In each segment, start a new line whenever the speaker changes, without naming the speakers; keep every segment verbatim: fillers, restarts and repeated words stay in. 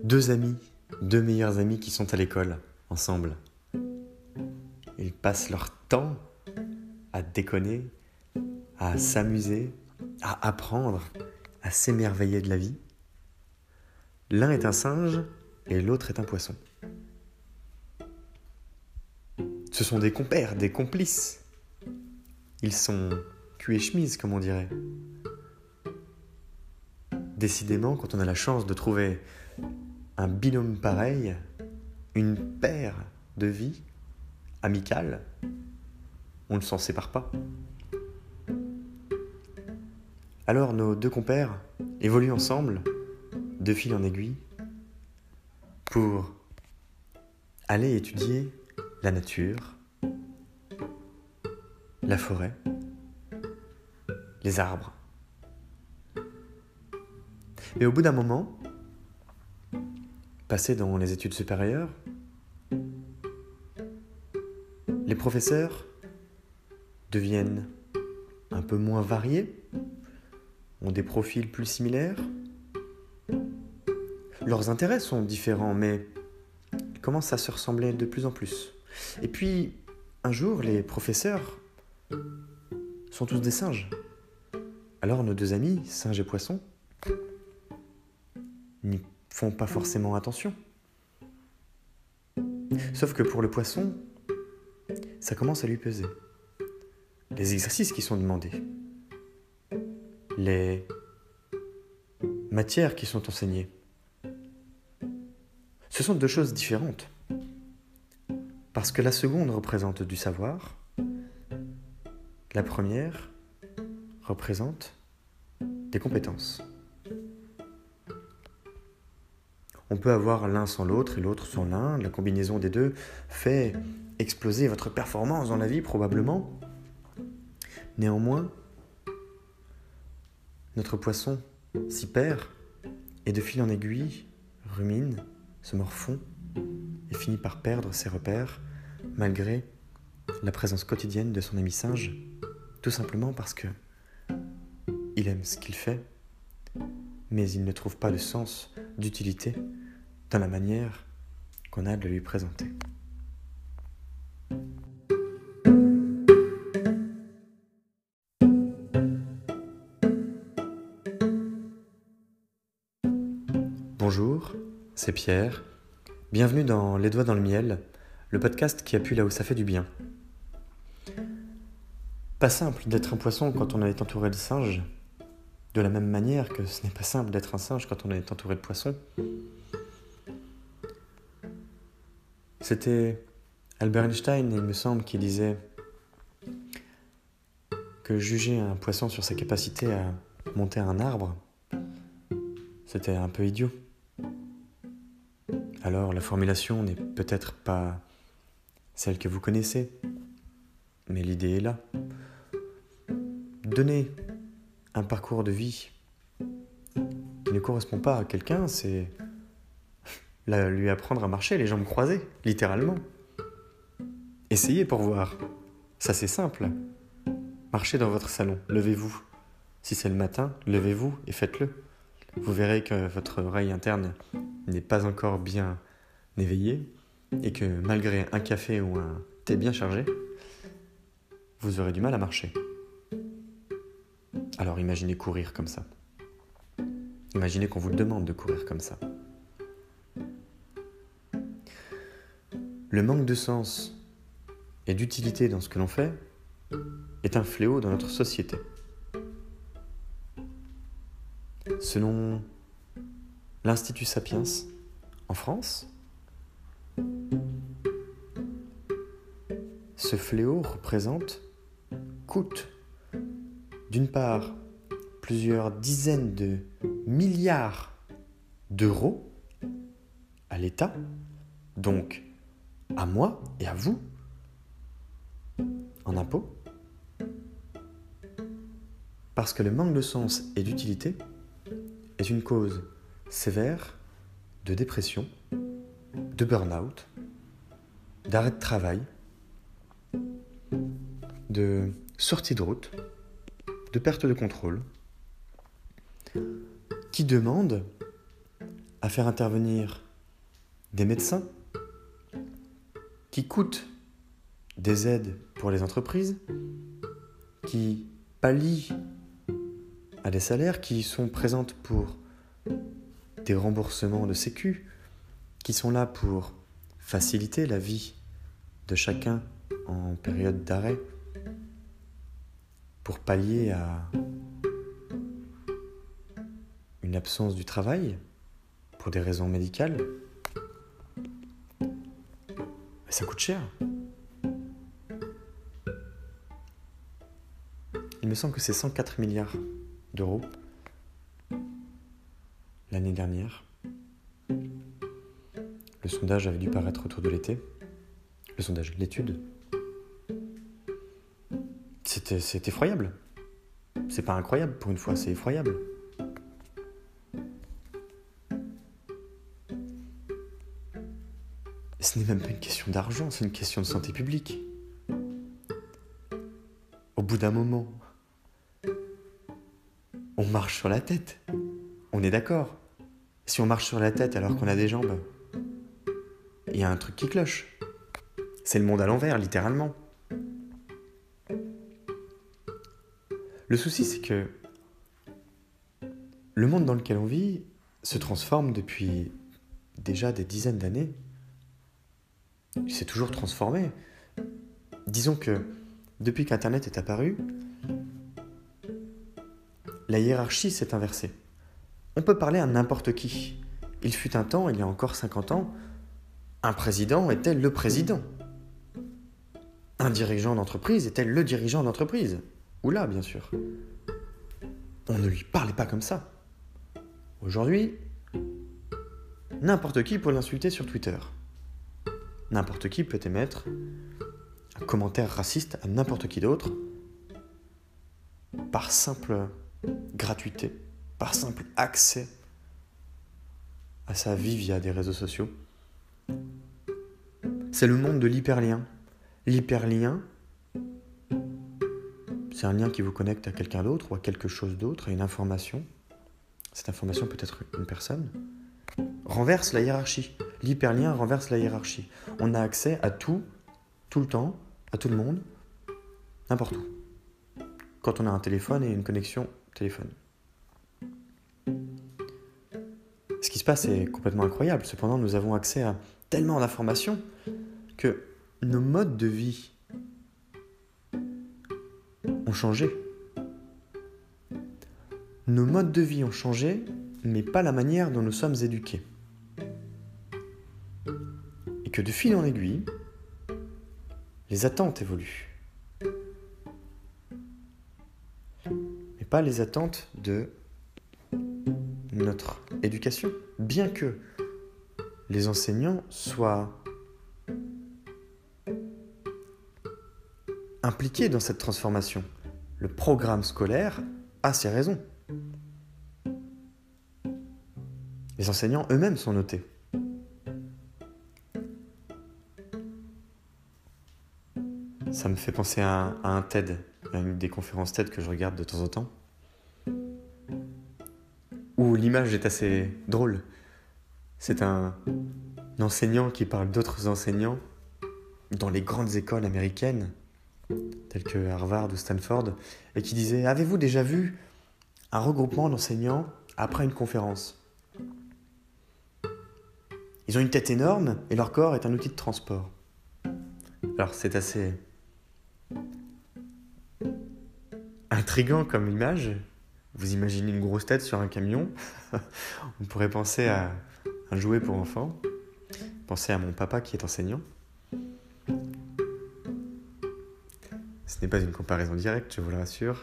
Deux amis, deux meilleurs amis qui sont à l'école, ensemble. Ils passent leur temps à déconner, à s'amuser, à apprendre, à s'émerveiller de la vie. L'un est un singe et l'autre est un poisson. Ce sont des compères, des complices. Ils sont cul et chemise, comme on dirait. Décidément, quand on a la chance de trouver un binôme pareil, une paire de vie amicale, on ne s'en sépare pas. Alors nos deux compères évoluent ensemble, de fil en aiguille, pour aller étudier la nature, la forêt, les arbres. Et au bout d'un moment, passé dans les études supérieures, les professeurs deviennent un peu moins variés, ont des profils plus similaires. Leurs intérêts sont différents, mais ils commencent à se ressembler de plus en plus. Et puis, un jour, les professeurs sont tous des singes. Alors nos deux amis, singe et poisson, n'y font pas forcément attention. Sauf que pour le poisson, ça commence à lui peser. Les exercices qui sont demandés, les matières qui sont enseignées, ce sont deux choses différentes. Parce que la seconde représente du savoir, la première représente des compétences. On peut avoir l'un sans l'autre et l'autre sans l'un. La combinaison des deux fait exploser votre performance dans la vie, probablement. Néanmoins, notre poisson s'y perd et de fil en aiguille, rumine, se morfond et finit par perdre ses repères malgré la présence quotidienne de son ami singe, tout simplement parce que il aime ce qu'il fait, mais il ne trouve pas de sens, d'utilité dans la manière qu'on a de lui présenter. Bonjour, c'est Pierre. Bienvenue dans Les Doigts dans le Miel, le podcast qui appuie là où ça fait du bien. Pas simple d'être un poisson quand on est entouré de singes, de la même manière que ce n'est pas simple d'être un singe quand on est entouré de poissons. C'était Albert Einstein, il me semble, qui disait que juger un poisson sur sa capacité à monter un arbre, c'était un peu idiot. Alors la formulation n'est peut-être pas celle que vous connaissez, mais l'idée est là. Donner un parcours de vie qui ne correspond pas à quelqu'un, c'est là, lui apprendre à marcher les jambes croisées, littéralement. Essayez pour voir. Ça, c'est simple. Marchez dans votre salon, levez-vous. Si c'est le matin, levez-vous et faites-le. Vous verrez que votre oreille interne n'est pas encore bien éveillée et que malgré un café ou un thé bien chargé, vous aurez du mal à marcher. Alors imaginez courir comme ça. Imaginez qu'on vous demande de courir comme ça. Le manque de sens et d'utilité dans ce que l'on fait est un fléau dans notre société. Selon l'Institut Sapiens en France, ce fléau représente, coûte, d'une part, plusieurs dizaines de milliards d'euros à l'État, donc à moi et à vous, en impôts, parce que le manque de sens et d'utilité est une cause sévère de dépression, de burn-out, d'arrêt de travail, de sortie de route, de perte de contrôle, qui demande à faire intervenir des médecins qui coûtent des aides pour les entreprises, qui pallient à des salaires, qui sont présentes pour des remboursements de sécu, qui sont là pour faciliter la vie de chacun en période d'arrêt, pour pallier à une absence du travail pour des raisons médicales. Mais ça coûte cher. Il me semble que c'est cent quatre milliards d'euros l'année dernière. Le sondage avait dû paraître autour de l'été. Le sondage, l'étude. C'était, c'est effroyable. C'est pas incroyable pour une fois, c'est effroyable. Ce n'est même pas une question d'argent, c'est une question de santé publique. Au bout d'un moment, on marche sur la tête. On est d'accord. Si on marche sur la tête alors qu'on a des jambes, il y a un truc qui cloche. C'est le monde à l'envers, littéralement. Le souci, c'est que le monde dans lequel on vit se transforme depuis déjà des dizaines d'années. Il s'est toujours transformé. Disons que depuis qu'Internet est apparu, la hiérarchie s'est inversée. On peut parler à n'importe qui. Il fut un temps, il y a encore cinquante ans, un président était le président. Un dirigeant d'entreprise était le dirigeant d'entreprise. Oula, bien sûr. On ne lui parlait pas comme ça. Aujourd'hui, n'importe qui peut l'insulter sur Twitter. N'importe qui peut émettre un commentaire raciste à n'importe qui d'autre par simple gratuité, par simple accès à sa vie via des réseaux sociaux. C'est le monde de l'hyperlien. L'hyperlien, c'est un lien qui vous connecte à quelqu'un d'autre ou à quelque chose d'autre, à une information. Cette information peut être une personne. Renverse la hiérarchie. L'hyperlien renverse la hiérarchie. On a accès à tout, tout le temps, à tout le monde, n'importe où. Quand on a un téléphone et une connexion téléphone. Ce qui se passe est complètement incroyable. Cependant, nous avons accès à tellement d'informations que nos modes de vie ont changé. Nos modes de vie ont changé, mais pas la manière dont nous sommes éduqués. Et que de fil en aiguille, les attentes évoluent. Mais pas les attentes de notre éducation. Bien que les enseignants soient impliqués dans cette transformation, le programme scolaire a ses raisons. Les enseignants eux-mêmes sont notés. Ça me fait penser à, à un TED, à une des conférences TED que je regarde de temps en temps, où l'image est assez drôle. C'est un enseignant qui parle d'autres enseignants dans les grandes écoles américaines, telles que Harvard ou Stanford, et qui disait « Avez-vous déjà vu un regroupement d'enseignants après une conférence ? Ils ont une tête énorme et leur corps est un outil de transport. » Alors c'est assez intriguant comme image. Vous imaginez une grosse tête sur un camion. On pourrait penser à un jouet pour enfants. Pensez à mon papa qui est enseignant. Ce n'est pas une comparaison directe, je vous le rassure.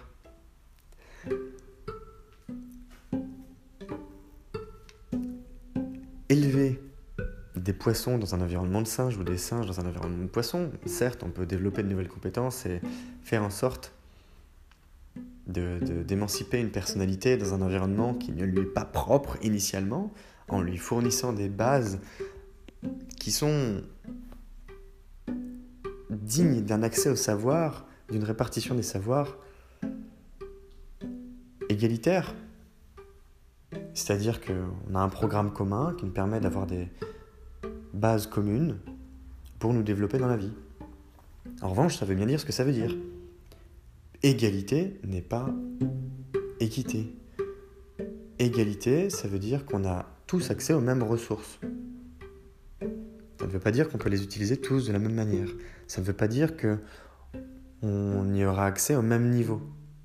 Élever des poissons dans un environnement de singes ou des singes dans un environnement de poissons, certes, on peut développer de nouvelles compétences et faire en sorte de, de, d'émanciper une personnalité dans un environnement qui ne lui est pas propre initialement, en lui fournissant des bases qui sont dignes d'un accès au savoir, d'une répartition des savoirs égalitaire. C'est-à-dire qu'on a un programme commun qui nous permet d'avoir des bases communes pour nous développer dans la vie. En revanche, ça veut bien dire ce que ça veut dire. Égalité n'est pas équité. Égalité, ça veut dire qu'on a tous accès aux mêmes ressources. Ça ne veut pas dire qu'on peut les utiliser tous de la même manière. Ça ne veut pas dire qu'on y aura accès au même niveau.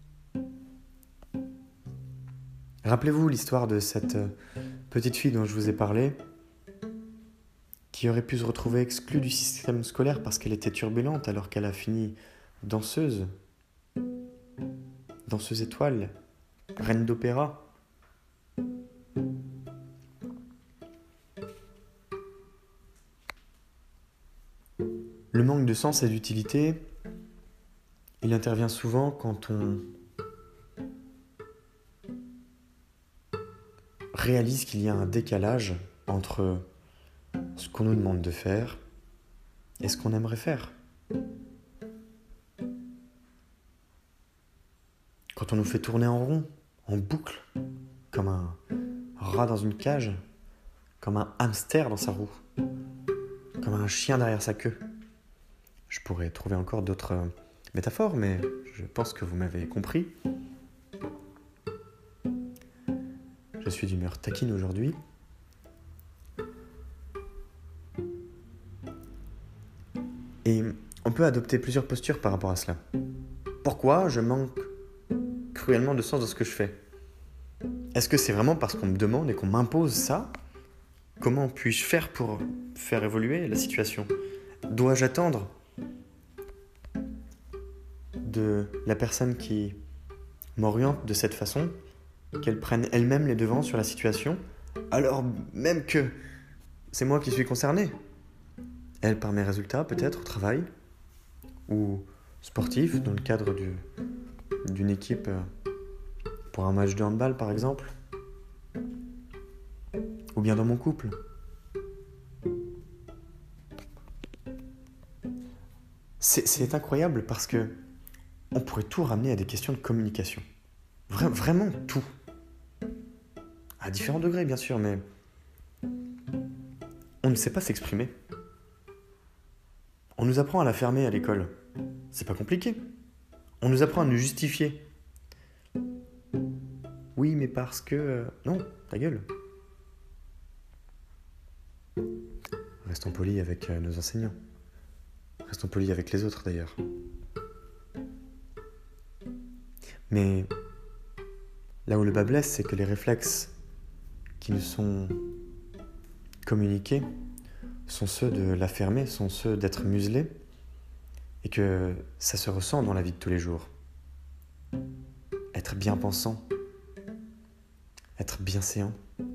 Rappelez-vous l'histoire de cette petite fille dont je vous ai parlé, qui aurait pu se retrouver exclue du système scolaire parce qu'elle était turbulente alors qu'elle a fini danseuse, danseuse étoile, reine d'opéra. Le manque de sens et d'utilité, il intervient souvent quand on réalise qu'il y a un décalage entre ce qu'on nous demande de faire et ce qu'on aimerait faire. Quand on nous fait tourner en rond, en boucle, comme un rat dans une cage, comme un hamster dans sa roue, comme un chien derrière sa queue. Je pourrais trouver encore d'autres métaphores, mais je pense que vous m'avez compris. Je suis d'humeur taquine aujourd'hui. Et on peut adopter plusieurs postures par rapport à cela. Pourquoi je manque cruellement de sens dans ce que je fais ? Est-ce que c'est vraiment parce qu'on me demande et qu'on m'impose ça ? Comment puis-je faire pour faire évoluer la situation ? Dois-je attendre de la personne qui m'oriente de cette façon qu'elle prenne elle-même les devants sur la situation, alors même que c'est moi qui suis concerné ? Elle par mes résultats peut-être au travail, ou sportif dans le cadre du, d'une équipe pour un match de handball par exemple, ou bien dans mon couple. C'est, c'est incroyable parce que on pourrait tout ramener à des questions de communication. Vra- vraiment tout. À différents degrés bien sûr, mais on ne sait pas s'exprimer. On nous apprend à la fermer à l'école. C'est pas compliqué. On nous apprend à nous justifier. Oui, mais parce que... euh, Non, ta gueule. Restons polis avec euh, nos enseignants. Restons polis avec les autres d'ailleurs. Mais là où le bas blesse, c'est que les réflexes qui nous sont communiqués sont ceux de la fermer, sont ceux d'être muselés, et que ça se ressent dans la vie de tous les jours. Être bien pensant, être bienséant.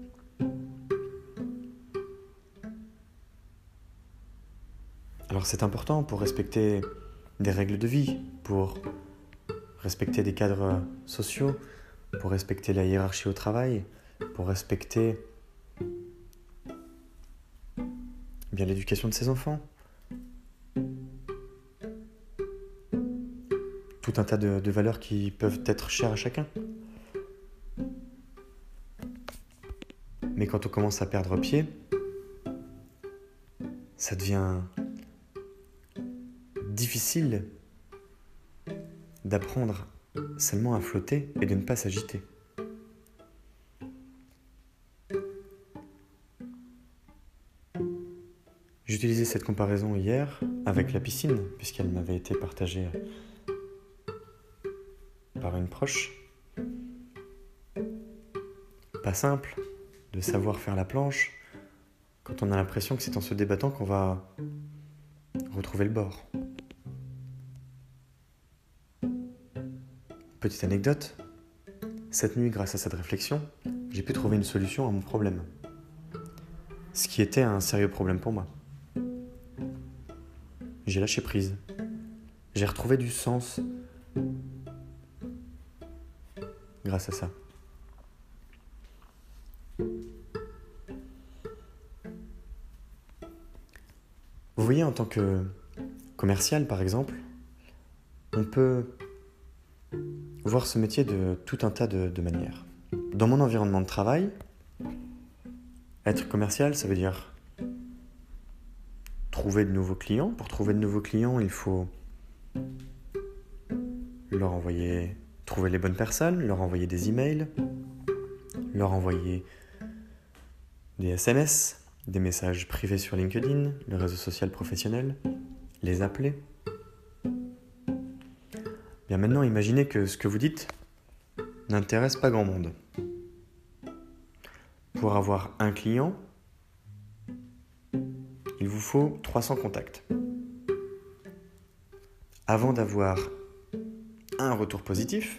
Alors c'est important pour respecter des règles de vie, pour respecter des cadres sociaux, pour respecter la hiérarchie au travail, pour respecter bien l'éducation de ses enfants. Tout un tas de, de valeurs qui peuvent être chères à chacun. Mais quand on commence à perdre pied, ça devient difficile d'apprendre seulement à flotter et de ne pas s'agiter. J'utilisais cette comparaison hier avec la piscine, puisqu'elle m'avait été partagée par une proche. Pas simple de savoir faire la planche quand on a l'impression que c'est en se débattant qu'on va retrouver le bord. Petite anecdote, cette nuit, grâce à cette réflexion, j'ai pu trouver une solution à mon problème. Ce qui était un sérieux problème pour moi. J'ai lâché prise. J'ai retrouvé du sens grâce à ça. Vous voyez, en tant que commercial, par exemple, on peut voir ce métier de tout un tas de, de manières. Dans mon environnement de travail, Être commercial, ça veut dire trouver de nouveaux clients. Pour trouver de nouveaux clients, il faut leur envoyer, trouver les bonnes personnes, leur envoyer des emails, leur envoyer des S M S, des messages privés sur LinkedIn, le réseau social professionnel, les appeler. Bien maintenant, imaginez que ce que vous dites n'intéresse pas grand monde. Pour avoir un client, il vous faut trois cents contacts. Avant d'avoir un retour positif,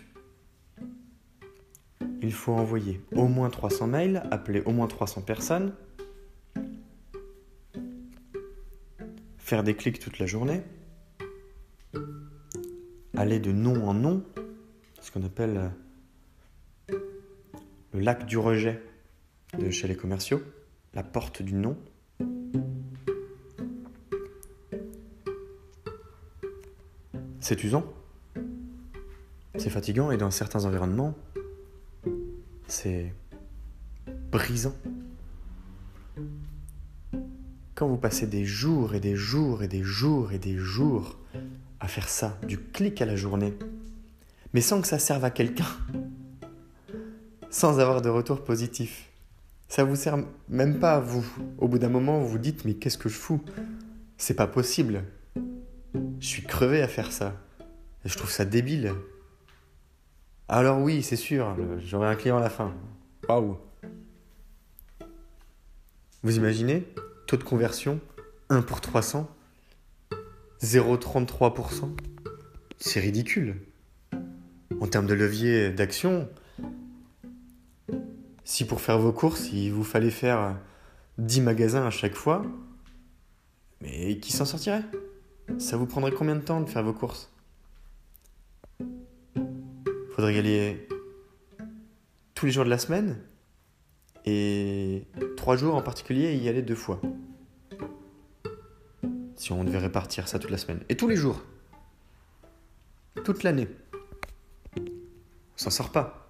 il faut envoyer au moins trois cents mails, appeler au moins trois cents personnes, faire des clics toute la journée, aller de nom en nom, ce qu'on appelle le lac du rejet de chez les commerciaux, la porte du non. C'est usant, c'est fatigant et dans certains environnements, c'est brisant. Quand vous passez des jours et des jours et des jours et des jours à faire ça, du clic à la journée, mais sans que ça serve à quelqu'un, sans avoir de retour positif, ça vous sert même pas à vous. Au bout d'un moment, vous vous dites, mais qu'est-ce que je fous ? C'est pas possible. Je suis crevé à faire ça. Et je trouve ça débile. Alors oui, c'est sûr, j'aurai un client à la fin. Waouh. Vous imaginez ? Taux de conversion, un pour trois cents, zéro virgule trente-trois pour cent. C'est ridicule. En termes de levier d'action, si pour faire vos courses, il vous fallait faire dix magasins à chaque fois, mais qui s'en sortirait ? Ça vous prendrait combien de temps de faire vos courses ? Faudrait y aller tous les jours de la semaine et trois jours en particulier y aller deux fois. Si on devait répartir ça toute la semaine. Et tous les jours. Toute l'année. On s'en sort pas.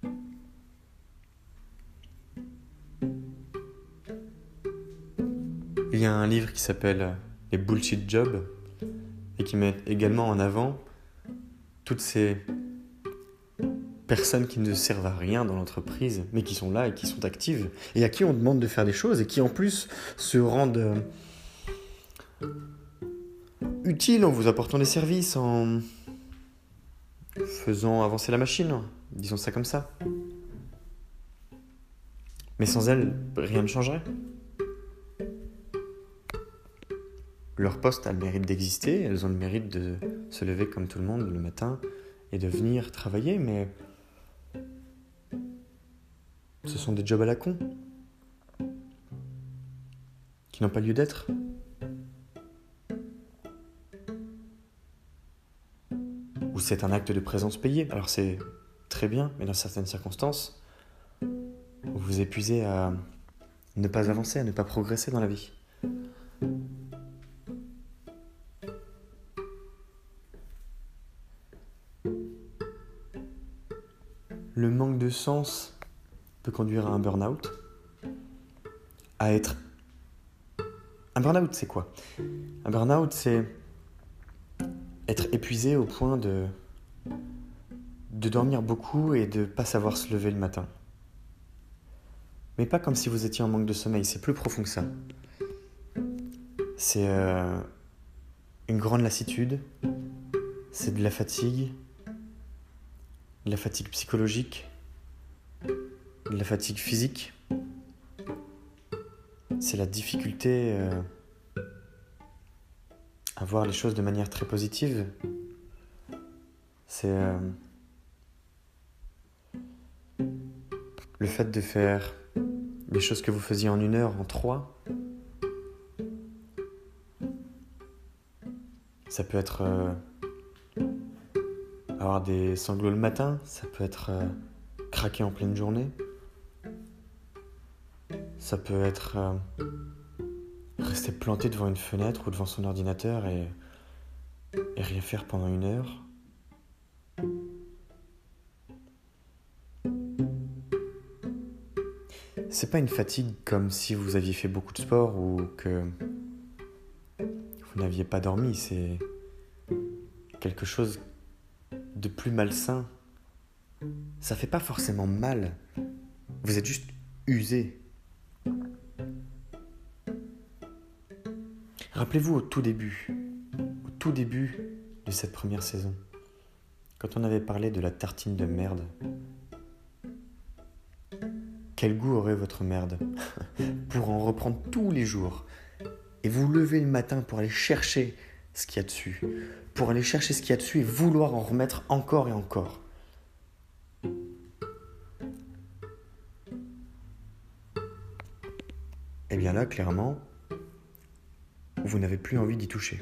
Il y a un livre qui s'appelle Les Bullshit Jobs et qui met également en avant toutes ces personnes qui ne servent à rien dans l'entreprise, mais qui sont là et qui sont actives, et à qui on demande de faire des choses, et qui en plus se rendent utiles en vous apportant des services, en faisant avancer la machine, disons ça comme ça. Mais sans elles, rien ne changerait. Leur poste a le mérite d'exister, elles ont le mérite de se lever comme tout le monde le matin et de venir travailler, mais ce sont des jobs à la con, qui n'ont pas lieu d'être. Ou c'est un acte de présence payé. Alors c'est très bien, mais dans certaines circonstances, vous vous épuisez à ne pas avancer, à ne pas progresser dans la vie. Le manque de sens peut conduire à un burn-out, à être... Un burn-out, c'est quoi ? Un burn-out, c'est être épuisé au point de, de dormir beaucoup et de ne pas savoir se lever le matin. Mais pas comme si vous étiez en manque de sommeil, c'est plus profond que ça. C'est euh, une grande lassitude, c'est de la fatigue, de la fatigue psychologique, de la fatigue physique. C'est la difficulté euh, à voir les choses de manière très positive. C'est euh, le fait de faire les choses que vous faisiez en une heure, en trois. Ça peut être euh, avoir des sanglots le matin, ça peut être euh, craquer en pleine journée. Ça peut être euh, rester planté devant une fenêtre ou devant son ordinateur et, et rien faire pendant une heure. c'est pas une fatigue comme si vous aviez fait beaucoup de sport ou que vous n'aviez pas dormi, c'est quelque chose de plus malsain. Ça fait pas forcément mal, vous êtes juste usé. Rappelez-vous au tout début, au tout début de cette première saison, quand on avait parlé de la tartine de merde. Quel goût aurait votre merde pour en reprendre tous les jours et vous lever le matin pour aller chercher ce qu'il y a dessus, pour aller chercher ce qu'il y a dessus et vouloir en remettre encore et encore. Et bien là, clairement, vous n'avez plus envie d'y toucher.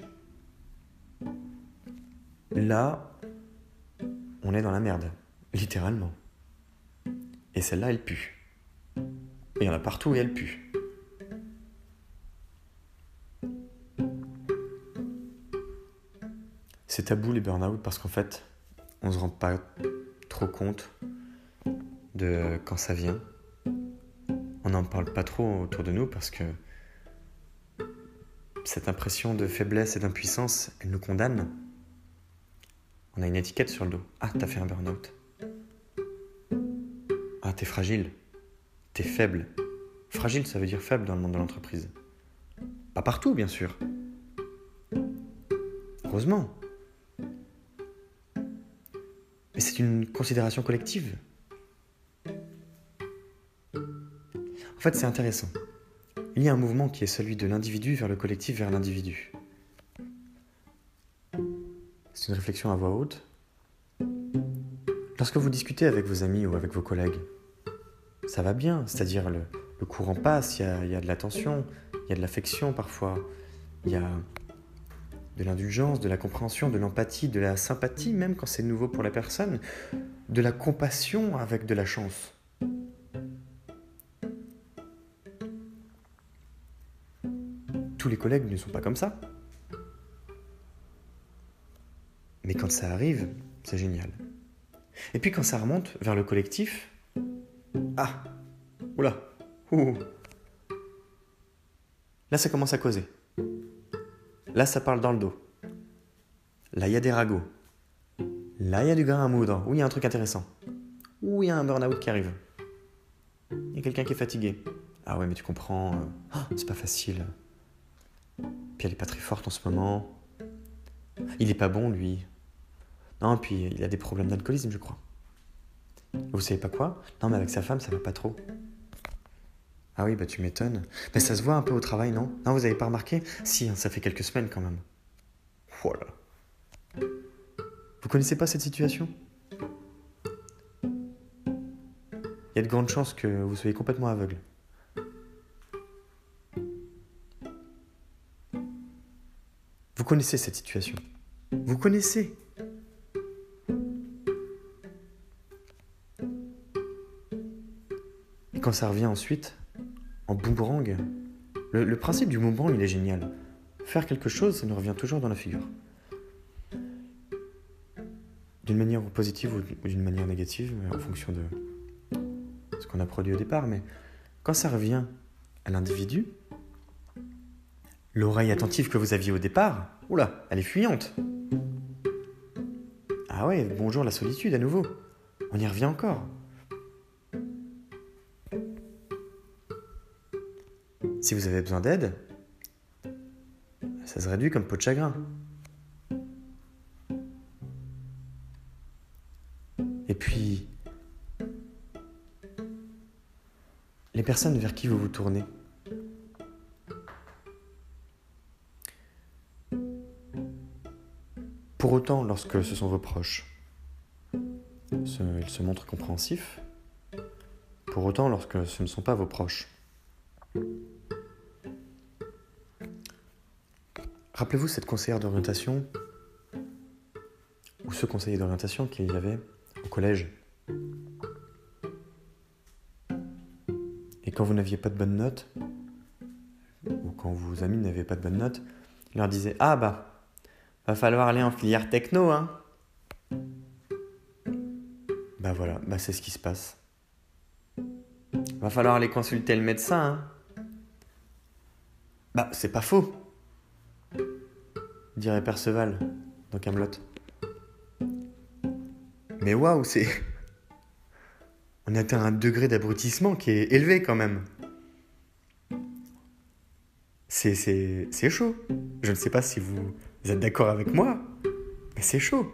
Là, on est dans la merde, littéralement. Et celle-là, elle pue. Et il y en a partout et elle pue. C'est tabou les burn-out parce qu'en fait, on ne se rend pas trop compte de quand ça vient. On n'en parle pas trop autour de nous parce que cette impression de faiblesse et d'impuissance, elle nous condamne. On a une étiquette sur le dos. Ah, t'as fait un burn-out. Ah, t'es fragile. T'es faible. Fragile, ça veut dire faible dans le monde de l'entreprise. Pas partout, bien sûr. Heureusement. Mais c'est une considération collective. En fait, c'est intéressant. Il y a un mouvement qui est celui de l'individu vers le collectif vers l'individu. C'est une réflexion à voix haute. Lorsque vous discutez avec vos amis ou avec vos collègues, ça va bien, c'est-à-dire le, le courant passe, il y a, il y a de l'attention, il y a de l'affection parfois, il y a de l'indulgence, de la compréhension, de l'empathie, de la sympathie, même quand c'est nouveau pour la personne, de la compassion avec de la chance. Tous les collègues ne sont pas comme ça. Mais quand ça arrive, c'est génial. Et puis quand ça remonte vers le collectif, ah, oula, ouh, là ça commence à causer. Là ça parle dans le dos. Là il y a des ragots. Là il y a du grain à moudre. Oui, il y a un truc intéressant. Ou il y a un burn-out qui arrive. Il y a quelqu'un qui est fatigué. Ah ouais, mais tu comprends, euh, oh, c'est pas facile. Puis elle est pas très forte en ce moment. Il est pas bon lui. Non, puis il a des problèmes d'alcoolisme, je crois. Vous savez pas quoi? Non, mais avec sa femme, ça va pas trop. Ah oui, bah tu m'étonnes. Mais ça se voit un peu au travail, non? Non, vous avez pas remarqué? Si, hein, ça fait quelques semaines quand même. Voilà. Vous connaissez pas cette situation? Il y a de grandes chances que vous soyez complètement aveugle. Vous connaissez cette situation. Vous connaissez. Et quand ça revient ensuite, en boomerang, le, le principe du boomerang, il est génial. Faire quelque chose, ça nous revient toujours dans la figure. D'une manière positive ou d'une manière négative, en fonction de ce qu'on a produit au départ. Mais quand ça revient à l'individu, l'oreille attentive que vous aviez au départ, oula, elle est fuyante. Ah ouais, bonjour la solitude à nouveau. On y revient encore. Si vous avez besoin d'aide, ça se réduit comme peau de chagrin. Et puis, les personnes vers qui vous vous tournez, pour autant, lorsque ce sont vos proches, ils se montrent compréhensifs. Pour autant, lorsque ce ne sont pas vos proches. Rappelez-vous cette conseillère d'orientation, ou ce conseiller d'orientation qu'il y avait au collège. Et quand vous n'aviez pas de bonnes notes, ou quand vos amis n'avaient pas de bonnes notes, il leur disait « Ah bah, va falloir aller en filière techno, hein !» Bah voilà, bah c'est ce qui se passe. Va falloir aller consulter le médecin, hein. Bah, c'est pas faux, dirait Perceval dans Camelot. Mais waouh, c'est... On atteint un degré d'abrutissement qui est élevé quand même. C'est, c'est, c'est chaud. Je ne sais pas si vous, vous êtes d'accord avec moi, mais c'est chaud.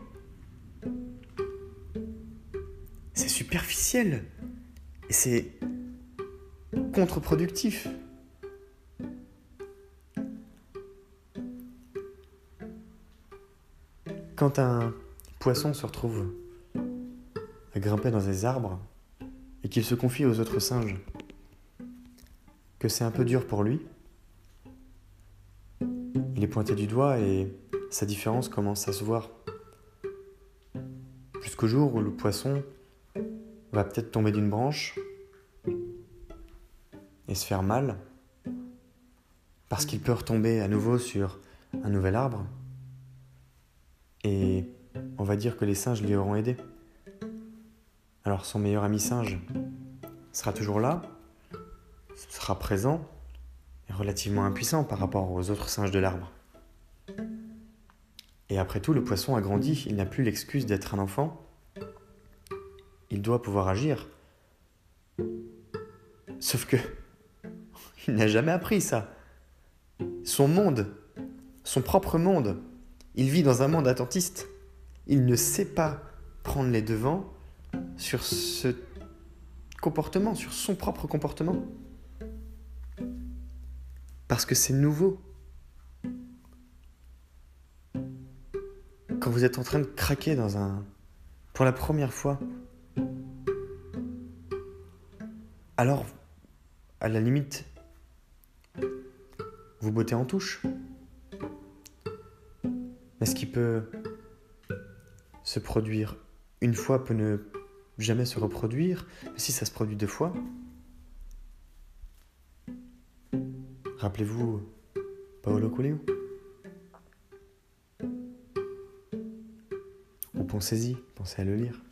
C'est superficiel. Et c'est contre-productif. Quand un poisson se retrouve à grimper dans des arbres et qu'il se confie aux autres singes, que c'est un peu dur pour lui, il est pointé du doigt et sa différence commence à se voir. Jusqu'au jour où le poisson va peut-être tomber d'une branche et se faire mal parce qu'il peut retomber à nouveau sur un nouvel arbre et on va dire que les singes lui auront aidé. Alors son meilleur ami singe sera toujours là, sera présent et relativement impuissant par rapport aux autres singes de l'arbre. Et après tout, le poisson a grandi, il n'a plus l'excuse d'être un enfant. Il doit pouvoir agir. Sauf que il n'a jamais appris ça. Son monde, son propre monde, il vit dans un monde attentiste. Il ne sait pas prendre les devants sur ce comportement, sur son propre comportement. Parce que c'est nouveau. Quand vous êtes en train de craquer dans un... pour la première fois, alors, à la limite, vous bottez en touche. Mais ce qui peut se produire une fois peut ne jamais se reproduire. Mais si ça se produit deux fois, rappelez-vous Paolo Coelho. Ou pensez-y, pensez à le lire.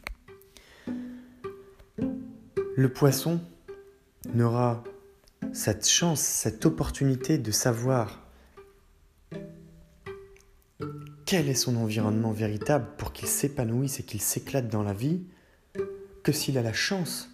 Le poisson n'aura cette chance, cette opportunité de savoir quel est son environnement véritable pour qu'il s'épanouisse et qu'il s'éclate dans la vie, que s'il a la chance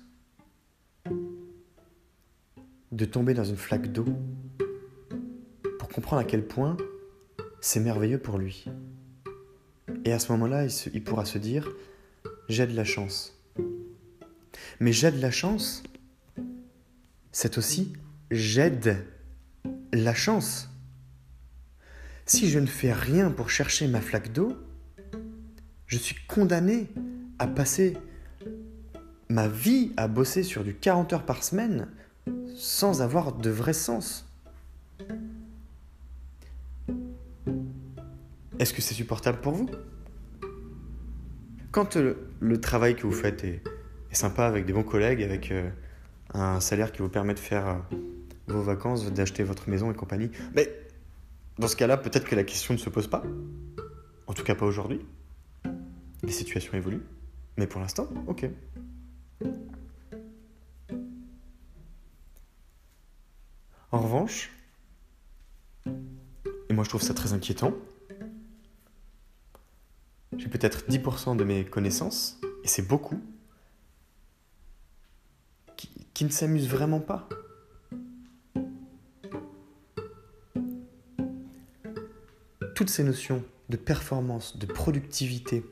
de tomber dans une flaque d'eau pour comprendre à quel point c'est merveilleux pour lui. Et à ce moment-là, il, se, il pourra se dire « j'ai de la chance ». Mais « j'ai de la chance », c'est aussi « j'aide la chance ». Si je ne fais rien pour chercher ma flaque d'eau, je suis condamné à passer ma vie à bosser sur du quarante heures par semaine sans avoir de vrai sens. Est-ce que c'est supportable pour vous ? Quand le, le travail que vous faites est, est sympa avec des bons collègues, avec euh, un salaire qui vous permet de faire euh, vos vacances, d'acheter votre maison et compagnie, mais dans ce cas-là, peut-être que la question ne se pose pas. En tout cas, pas aujourd'hui. Les situations évoluent. Mais pour l'instant, ok. En revanche, et moi je trouve ça très inquiétant, j'ai peut-être dix pour cent de mes connaissances, et c'est beaucoup, qui, qui ne s'amusent vraiment pas. Toutes ces notions de performance, de productivité,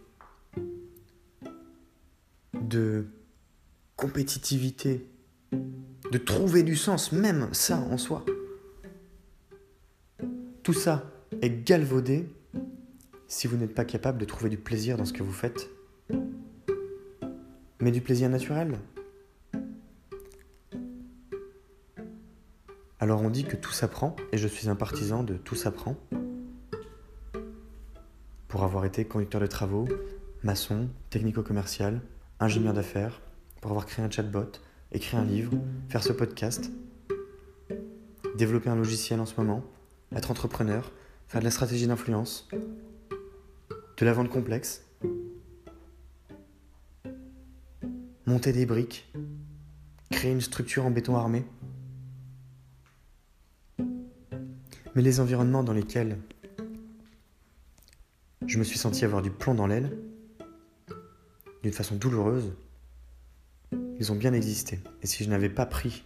de compétitivité, de trouver du sens, même ça en soi. Tout ça est galvaudé si vous n'êtes pas capable de trouver du plaisir dans ce que vous faites. Mais du plaisir naturel. Alors on dit que tout s'apprend, et je suis un partisan de tout s'apprend. Pour avoir été conducteur de travaux, maçon, technico-commercial, ingénieur d'affaires, pour avoir créé un chatbot, écrit un livre, faire ce podcast, développer un logiciel en ce moment, être entrepreneur, faire de la stratégie d'influence, de la vente complexe, monter des briques, créer une structure en béton armé. Mais les environnements dans lesquels je me suis senti avoir du plomb dans l'aile, d'une façon douloureuse, ils ont bien existé. Et si je n'avais pas pris,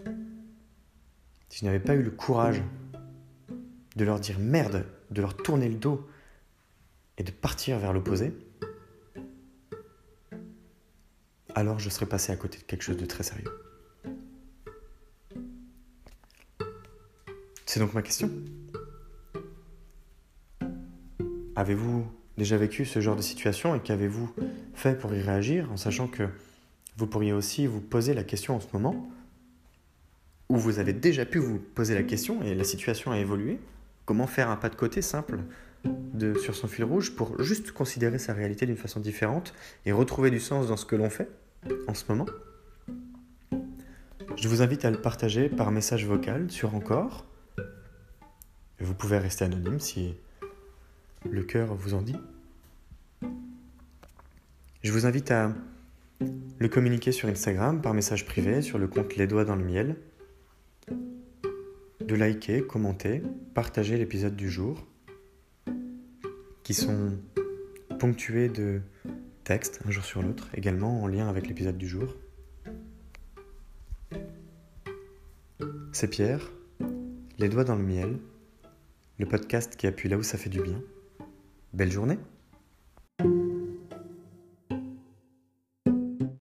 si je n'avais pas eu le courage de leur dire merde, de leur tourner le dos et de partir vers l'opposé, alors je serais passé à côté de quelque chose de très sérieux. C'est donc ma question. Avez-vous déjà vécu ce genre de situation et qu'avez-vous fait pour y réagir, en sachant que vous pourriez aussi vous poser la question en ce moment, ou vous avez déjà pu vous poser la question et la situation a évolué? Comment faire un pas de côté simple de, sur son fil rouge pour juste considérer sa réalité d'une façon différente et retrouver du sens dans ce que l'on fait en ce moment? Je vous invite à le partager par message vocal sur Encore. Vous pouvez rester anonyme si le cœur vous en dit. Je vous invite à le communiquer sur Instagram par message privé sur le compte Les Doigts dans le Miel, de liker, commenter, partager l'épisode du jour, qui sont ponctués de textes un jour sur l'autre, également en lien avec l'épisode du jour. C'est Pierre, Les Doigts dans le Miel, le podcast qui appuie là où ça fait du bien. Belle journée!